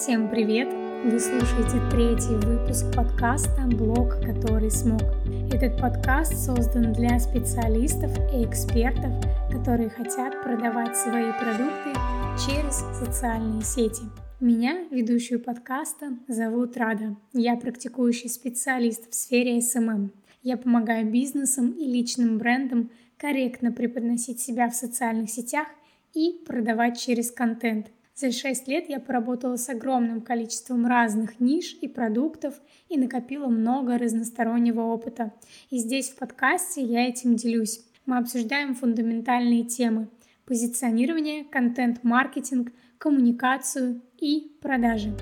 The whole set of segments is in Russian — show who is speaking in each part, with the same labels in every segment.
Speaker 1: Всем привет! Вы слушаете третий выпуск подкаста «Блог, который смог». Этот подкаст создан для специалистов и экспертов, которые хотят продавать свои продукты через социальные сети. Меня, ведущую подкаста, зовут Рада. Я практикующий специалист в сфере SMM. Я помогаю бизнесам и личным брендам корректно преподносить себя в социальных сетях и продавать через контент. За 6 лет я поработала с огромным количеством разных ниш и продуктов и накопила много разностороннего опыта. И здесь в подкасте я этим делюсь. Мы обсуждаем фундаментальные темы: позиционирование, контент-маркетинг, коммуникацию и продажи.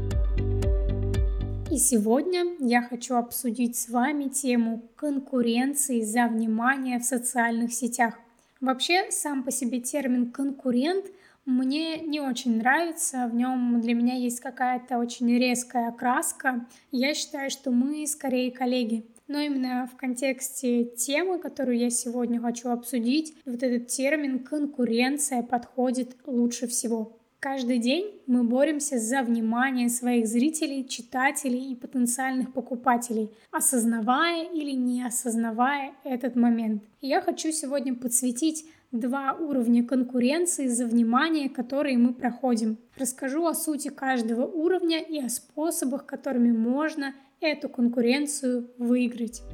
Speaker 1: И сегодня я хочу обсудить с вами тему конкуренции за внимание в социальных сетях. Вообще, сам по себе термин «конкурент» мне не очень нравится, в нем для меня есть какая-то очень резкая окраска. Я считаю, что мы скорее коллеги. Но именно в контексте темы, которую я сегодня хочу обсудить, вот этот термин «конкуренция» подходит лучше всего. Каждый день мы боремся за внимание своих зрителей, читателей и потенциальных покупателей, осознавая или не осознавая этот момент. И я хочу сегодня подсветить 2 уровня конкуренции за внимание, которые мы проходим. Расскажу о сути каждого уровня и о способах, которыми можно эту конкуренцию выиграть.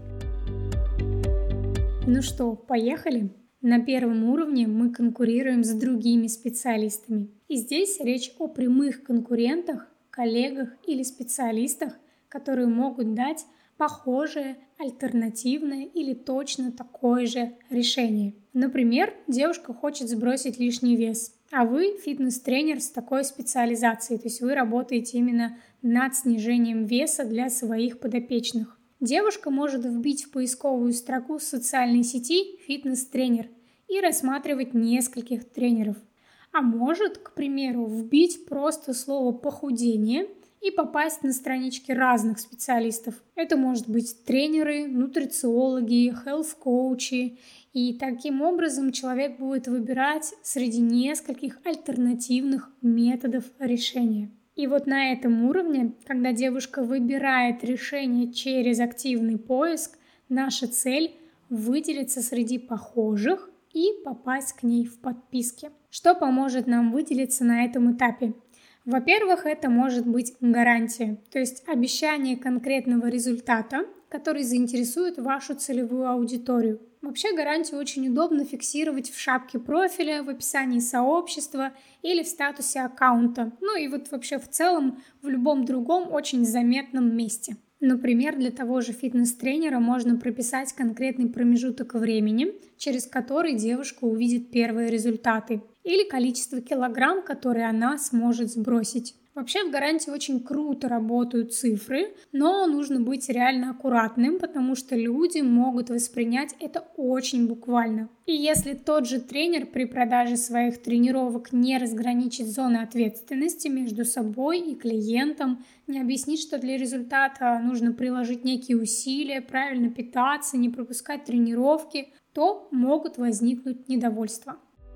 Speaker 1: Ну что, поехали? На первом уровне мы конкурируем с другими специалистами. И здесь речь о прямых конкурентах, коллегах или специалистах, которые могут дать похожее, альтернативное или точно такое же решение. Например, девушка хочет сбросить лишний вес, а вы фитнес-тренер с такой специализацией, то есть вы работаете именно над снижением веса для своих подопечных. Девушка может вбить в поисковую строку социальной сети «фитнес-тренер» и рассматривать нескольких тренеров. А может, к примеру, вбить просто слово «похудение» и попасть на странички разных специалистов. Это может быть тренеры, нутрициологи, хелс-коучи. И таким образом человек будет выбирать среди нескольких альтернативных методов решения. И вот на этом уровне, когда девушка выбирает решение через активный поиск, наша цель – выделиться среди похожих и попасть к ней в подписке. Что поможет нам выделиться на этом этапе? Во-первых, это может быть гарантия, то есть обещание конкретного результата, который заинтересует вашу целевую аудиторию. Вообще гарантию очень удобно фиксировать в шапке профиля, в описании сообщества или в статусе аккаунта. Ну и вот вообще в целом в любом другом очень заметном месте. Например, для того же фитнес-тренера можно прописать конкретный промежуток времени, через который девушка увидит первые результаты, или количество килограмм, которые она сможет сбросить. Вообще в гарантии очень круто работают цифры, но нужно быть реально аккуратным, потому что люди могут воспринять это очень буквально. И если тот же тренер при продаже своих тренировок не разграничит зоны ответственности между собой и клиентом, не объяснит, что для результата нужно приложить некие усилия, правильно питаться, не пропускать тренировки, то могут возникнуть недовольства.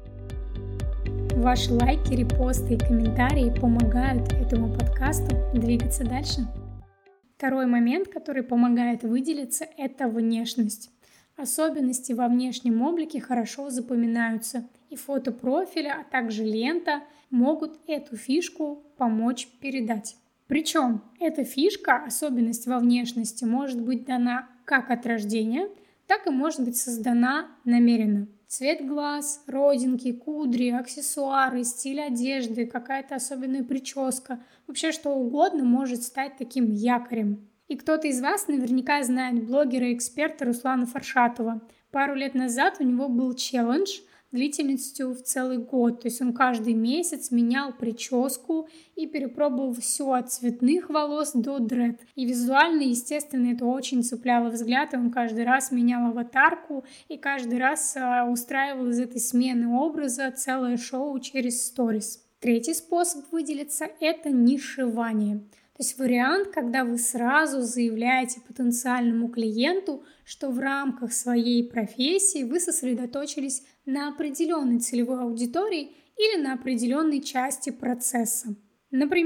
Speaker 1: Ваши лайки, репосты и комментарии помогают этому подкасту двигаться дальше. Второй момент, который помогает выделиться, это внешность. Особенности во внешнем облике хорошо запоминаются, и фото профиля, а также лента могут эту фишку помочь передать. Причем эта фишка, особенность во внешности, может быть дана как от рождения, так и может быть создана намеренно. Цвет глаз, родинки, кудри, аксессуары, стиль одежды, какая-то особенная прическа, вообще что угодно может стать таким якорем. И кто-то из вас наверняка знает блогера и эксперта Руслана Фаршатова. Пару лет назад у него был челлендж длительностью в целый год. То есть он каждый месяц менял прическу и перепробовал все от цветных волос до дред. И визуально, естественно, это очень цепляло взгляд. И он каждый раз менял аватарку и каждый раз устраивал из этой смены образа целое шоу через сторис. Третий способ выделиться – это нишевание. То есть вариант, когда вы сразу заявляете потенциальному клиенту, что в рамках своей профессии вы сосредоточились на определенной целевой аудитории или на определенной части процесса. Например,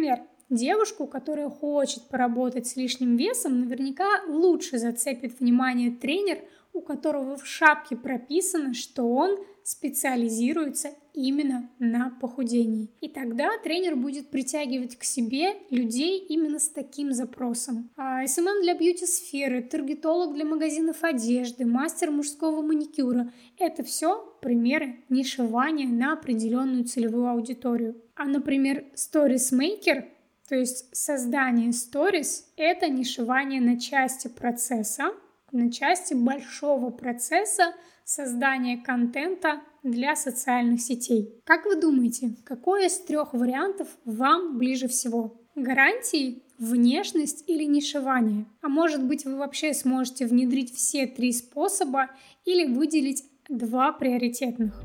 Speaker 1: Девушку, которая хочет поработать с лишним весом, наверняка лучше зацепит внимание тренер, у которого в шапке прописано, что он специализируется именно на похудении. И тогда тренер будет притягивать к себе людей именно с таким запросом. СММ для бьюти-сферы, таргетолог для магазинов одежды, мастер мужского маникюра – это все примеры нишевания на определенную целевую аудиторию. А, например, сторисмейкер, то есть создание сторис – это нишевание на части процесса, на части большого процесса создания контента для социальных сетей. Как вы думаете, какой из 3 вариантов вам ближе всего? Гарантии, внешность или нишевание? А может быть, вы вообще сможете внедрить все 3 способа или выделить 2 приоритетных?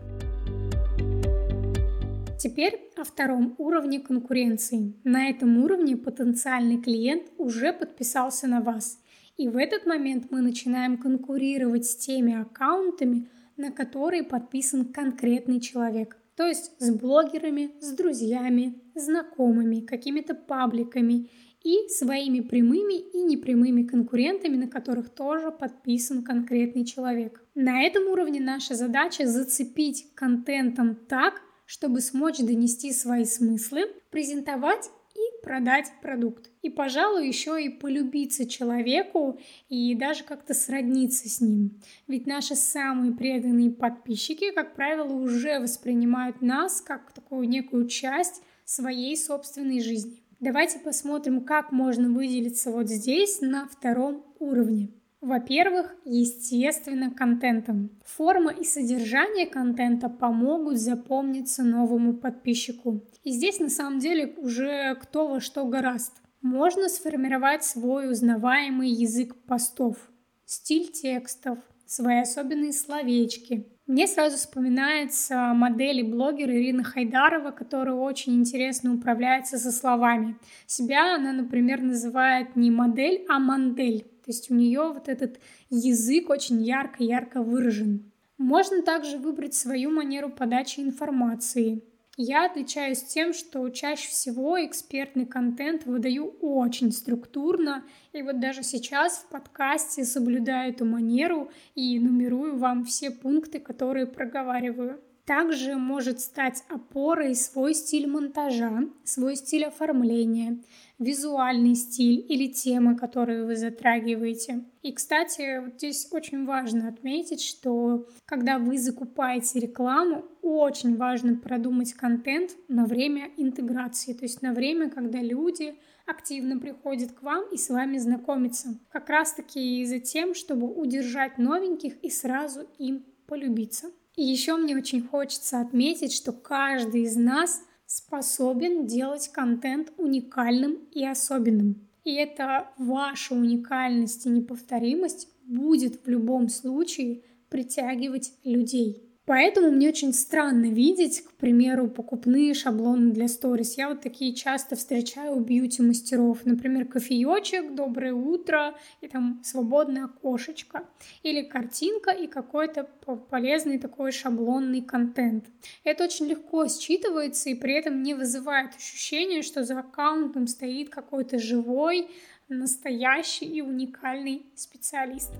Speaker 1: Теперь о 2 уровне конкуренции. На этом уровне потенциальный клиент уже подписался на вас. И в этот момент мы начинаем конкурировать с теми аккаунтами, на которые подписан конкретный человек. То есть с блогерами, с друзьями, знакомыми, какими-то пабликами и своими прямыми и непрямыми конкурентами, на которых тоже подписан конкретный человек. На этом уровне наша задача зацепить контентом так, чтобы смочь донести свои смыслы, презентовать и продать продукт. И, пожалуй, еще и полюбиться человеку и даже как-то сродниться с ним. Ведь наши самые преданные подписчики, как правило, уже воспринимают нас как такую некую часть своей собственной жизни. Давайте посмотрим, как можно выделиться вот здесь, на 2 уровне. Во-первых, естественно, контентом. Форма и содержание контента помогут запомниться новому подписчику. И здесь на самом деле уже кто во что горазд. Можно сформировать свой узнаваемый язык постов, стиль текстов, свои особенные словечки. Мне сразу вспоминается модель и блогер Ирина Хайдарова, которая очень интересно управляется со словами. Себя она, например, называет не модель, а мандель. То есть у нее вот этот язык очень ярко-ярко выражен. Можно также выбрать свою манеру подачи информации. Я отличаюсь тем, что чаще всего экспертный контент выдаю очень структурно, и вот даже сейчас в подкасте соблюдаю эту манеру и нумерую вам все пункты, которые проговариваю. Также может стать опорой свой стиль монтажа, свой стиль оформления, визуальный стиль или темы, которые вы затрагиваете. И, кстати, вот здесь очень важно отметить, что когда вы закупаете рекламу, очень важно продумать контент на время интеграции, то есть на время, когда люди активно приходят к вам и с вами знакомятся. Как раз-таки за тем, чтобы удержать новеньких и сразу им полюбиться. И еще мне очень хочется отметить, что каждый из нас способен делать контент уникальным и особенным. И эта ваша уникальность и неповторимость будет в любом случае притягивать людей. Поэтому мне очень странно видеть, к примеру, покупные шаблоны для сторис. Я вот такие часто встречаю у бьюти-мастеров. Например, кофеечек, доброе утро и там свободное окошечко. Или картинка и какой-то полезный такой шаблонный контент. Это очень легко считывается и при этом не вызывает ощущения, что за аккаунтом стоит какой-то живой, настоящий и уникальный специалист.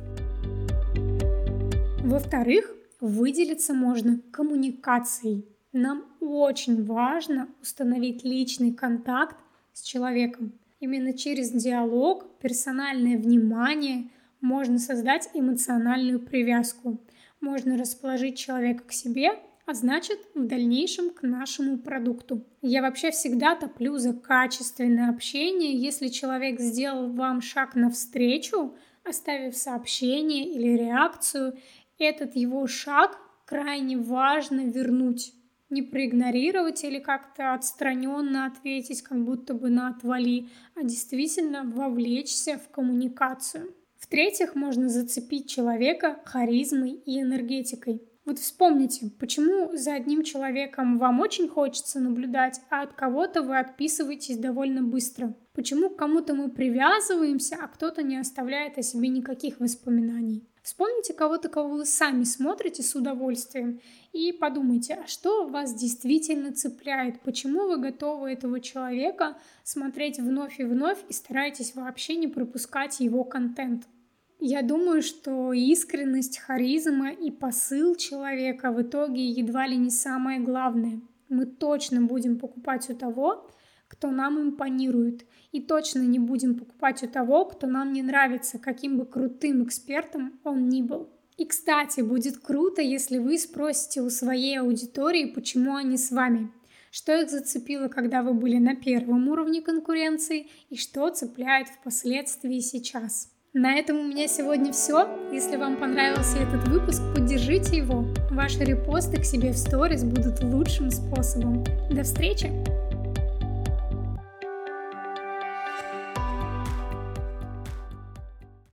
Speaker 1: Во-вторых, выделиться можно коммуникацией. Нам очень важно установить личный контакт с человеком. Именно через диалог, персональное внимание можно создать эмоциональную привязку. Можно расположить человека к себе, а значит, в дальнейшем к нашему продукту. Я вообще всегда топлю за качественное общение. Если человек сделал вам шаг навстречу, оставив сообщение или реакцию, этот его шаг крайне важно вернуть. Не проигнорировать или как-то отстраненно ответить, как будто бы на отвали, а действительно вовлечься в коммуникацию. В-третьих, можно зацепить человека харизмой и энергетикой. Вот вспомните, почему за одним человеком вам очень хочется наблюдать, а от кого-то вы отписываетесь довольно быстро. Почему к кому-то мы привязываемся, а кто-то не оставляет о себе никаких воспоминаний. Вспомните кого-то, кого вы сами смотрите с удовольствием, и подумайте, а что вас действительно цепляет, почему вы готовы этого человека смотреть вновь и стараетесь вообще не пропускать его контент. Я думаю, что искренность, харизма и посыл человека в итоге едва ли не самое главное. Мы точно будем покупать у того, кто нам импонирует, и точно не будем покупать у того, кто нам не нравится, каким бы крутым экспертом он ни был. И, кстати, будет круто, если вы спросите у своей аудитории, почему они с вами, что их зацепило, когда вы были на первом уровне конкуренции, и что цепляет впоследствии сейчас. На этом у меня сегодня все. Если вам понравился этот выпуск, поддержите его. Ваши репосты к себе в сторис будут лучшим способом. До встречи!